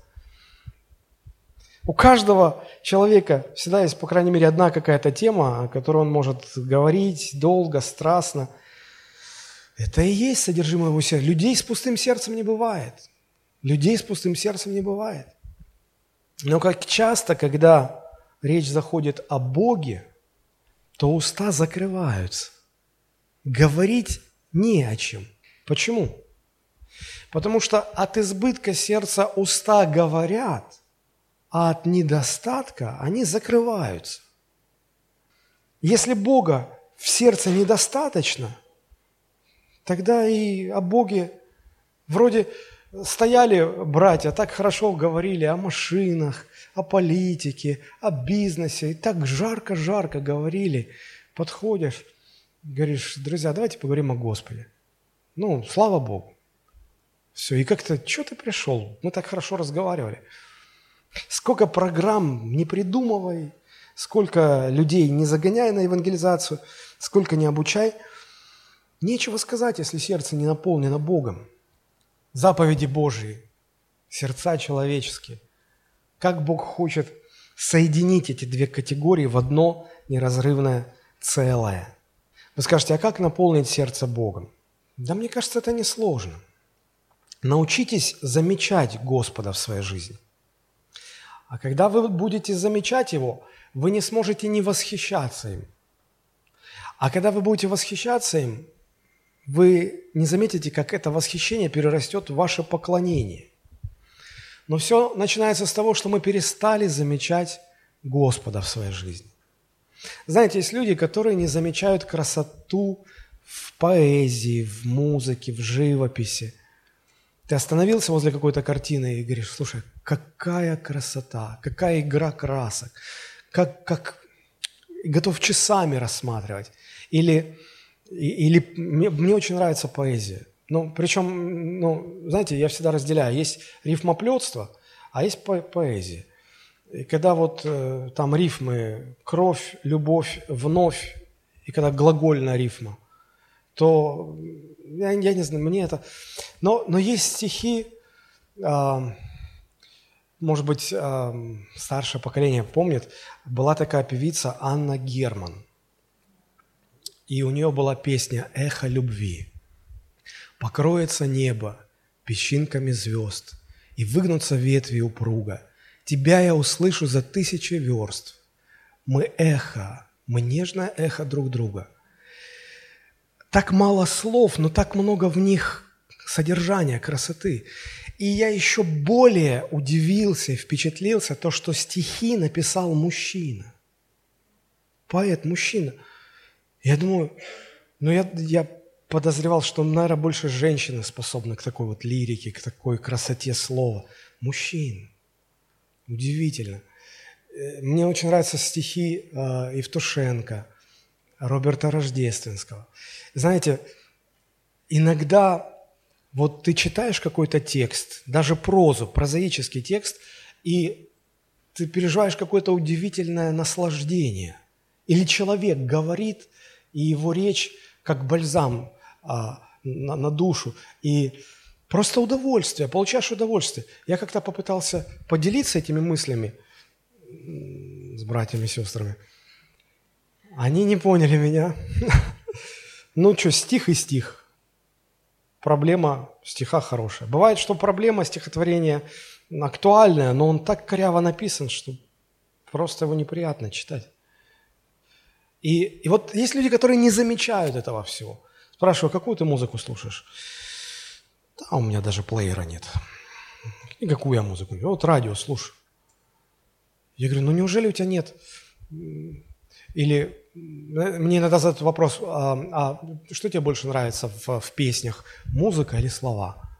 У каждого человека всегда есть, по крайней мере, одна какая-то тема, о которой он может говорить долго, страстно. Это и есть содержимое его сердца. Людей с пустым сердцем не бывает. Людей с пустым сердцем не бывает. Но как часто, когда речь заходит о Боге, то уста закрываются. Говорить не о чем. Почему? Потому что от избытка сердца уста говорят, а от недостатка они закрываются. Если Бога в сердце недостаточно, тогда и о Боге вроде... Стояли братья, так хорошо говорили о машинах, о политике, о бизнесе, и так жарко-жарко говорили. Подходишь, говоришь, друзья, давайте поговорим о Господе. Ну, слава Богу. Все, и как-то, что ты пришел? Мы так хорошо разговаривали. Сколько программ не придумывай, сколько людей не загоняй на евангелизацию, сколько не обучай. Нечего сказать, если сердце не наполнено Богом. Заповеди Божьи, сердца человеческие. Как Бог хочет соединить эти две категории в одно неразрывное целое. Вы скажете, а как наполнить сердце Богом? Да мне кажется, это несложно. Научитесь замечать Господа в своей жизни. А когда вы будете замечать Его, вы не сможете не восхищаться Им. А когда вы будете восхищаться Им, вы не заметите, как это восхищение перерастет в ваше поклонение. Но все начинается с того, что мы перестали замечать Господа в своей жизни. Знаете, есть люди, которые не замечают красоту в поэзии, в музыке, в живописи. Ты остановился возле какой-то картины и говоришь, слушай, какая красота, какая игра красок, как, как... готов часами рассматривать. Или... Или мне, мне очень нравится поэзия. Ну, причем, ну, знаете, я всегда разделяю. Есть рифмоплетство, а есть по- поэзия. И когда вот э, там рифмы «кровь», «любовь», «вновь», и когда глагольная рифма, то я, я не знаю, мне это... Но, но есть стихи, э, может быть, э, старшее поколение помнит, была такая певица Анна Герман. И у нее была песня «Эхо любви». «Покроется небо песчинками звезд, и выгнутся ветви упруга. Тебя я услышу за тысячи верст. Мы эхо, мы нежное эхо друг друга». Так мало слов, но так много в них содержания, красоты. И я еще более удивился и впечатлился то, что стихи написал мужчина. Поэт, мужчина. Я думаю, ну я, я подозревал, что, наверное, больше женщины способны к такой вот лирике, к такой красоте слова. Мужчин. Удивительно. Э, Мне очень нравятся стихи э, Евтушенко, Роберта Рождественского. Знаете, иногда вот ты читаешь какой-то текст, даже прозу, прозаический текст, и ты переживаешь какое-то удивительное наслаждение. Или человек говорит, и его речь как бальзам а, на, на душу. И просто удовольствие, получаешь удовольствие. Я как-то попытался поделиться этими мыслями м, с братьями и сестрами. Они не поняли меня. Ну что, стих и стих. Проблема стиха хорошая. Бывает, что проблема стихотворения актуальная, но он так коряво написан, что просто его неприятно читать. И, и вот есть люди, которые не замечают этого всего. Спрашиваю, какую ты музыку слушаешь? Да, у меня даже плеера нет. И какую я музыку? Вот радио слушаю. Я говорю, ну неужели у тебя нет? Или мне иногда задают вопрос, а, а что тебе больше нравится в, в песнях, музыка или слова?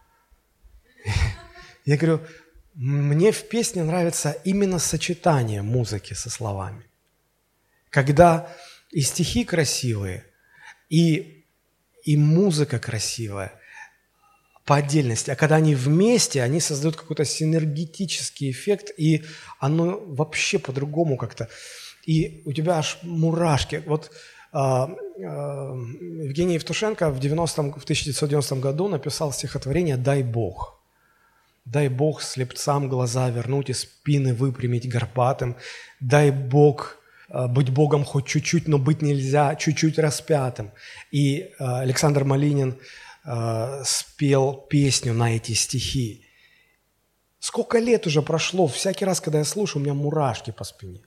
Я говорю, мне в песне нравится именно сочетание музыки со словами. Когда и стихи красивые, и, и музыка красивая по отдельности, а когда они вместе, они создают какой-то синергетический эффект, и оно вообще по-другому как-то. И у тебя аж мурашки. Вот а, а, Евгений Евтушенко в, девяностом, в тысяча девятьсот девяностом году написал стихотворение «Дай Бог». «Дай Бог слепцам глаза вернуть и спины выпрямить горбатым. Дай Бог а, быть Богом хоть чуть-чуть, но быть нельзя чуть-чуть распятым». И а, Александр Малинин а, спел песню на эти стихи. Сколько лет уже прошло, всякий раз, когда я слушаю, у меня мурашки по спине.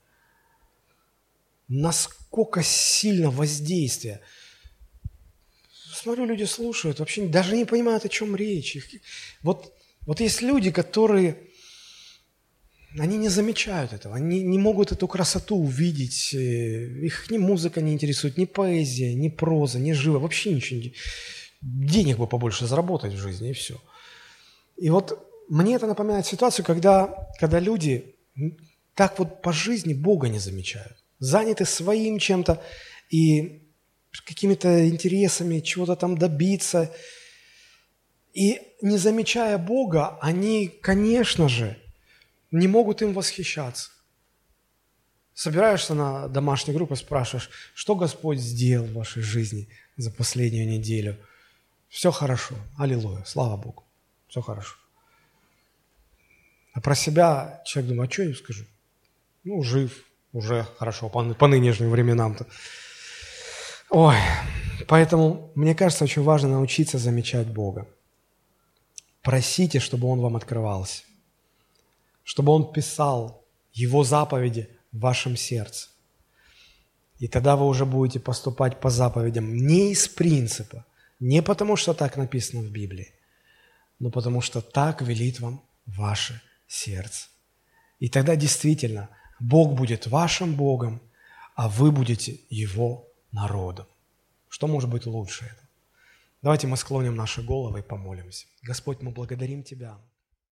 Насколько сильно воздействие. Смотрю, люди слушают, вообще даже не понимают, о чем речь. Их, вот, вот есть люди, которые, они не замечают этого, они не могут эту красоту увидеть. Их ни музыка не интересует, ни поэзия, ни проза, ни живо, вообще ничего не... Денег бы побольше заработать в жизни, и все. И вот мне это напоминает ситуацию, когда, когда люди так вот по жизни Бога не замечают. Заняты своим чем-то и какими-то интересами, чего-то там добиться. И не замечая Бога, они, конечно же, не могут им восхищаться. Собираешься на домашнюю группу, спрашиваешь, что Господь сделал в вашей жизни за последнюю неделю. Все хорошо, аллилуйя, слава Богу, все хорошо. А про себя человек думает, а что я скажу? Ну, жив. Уже хорошо, по, по нынешним временам-то. Ой, поэтому, мне кажется, очень важно научиться замечать Бога. Просите, чтобы Он вам открывался, чтобы Он писал Его заповеди в вашем сердце. И тогда вы уже будете поступать по заповедям не из принципа, не потому, что так написано в Библии, но потому, что так велит вам ваше сердце. И тогда действительно Бог будет вашим Богом, а вы будете Его народом. Что может быть лучше этого? Давайте мы склоним наши головы и помолимся. Господь, мы благодарим Тебя.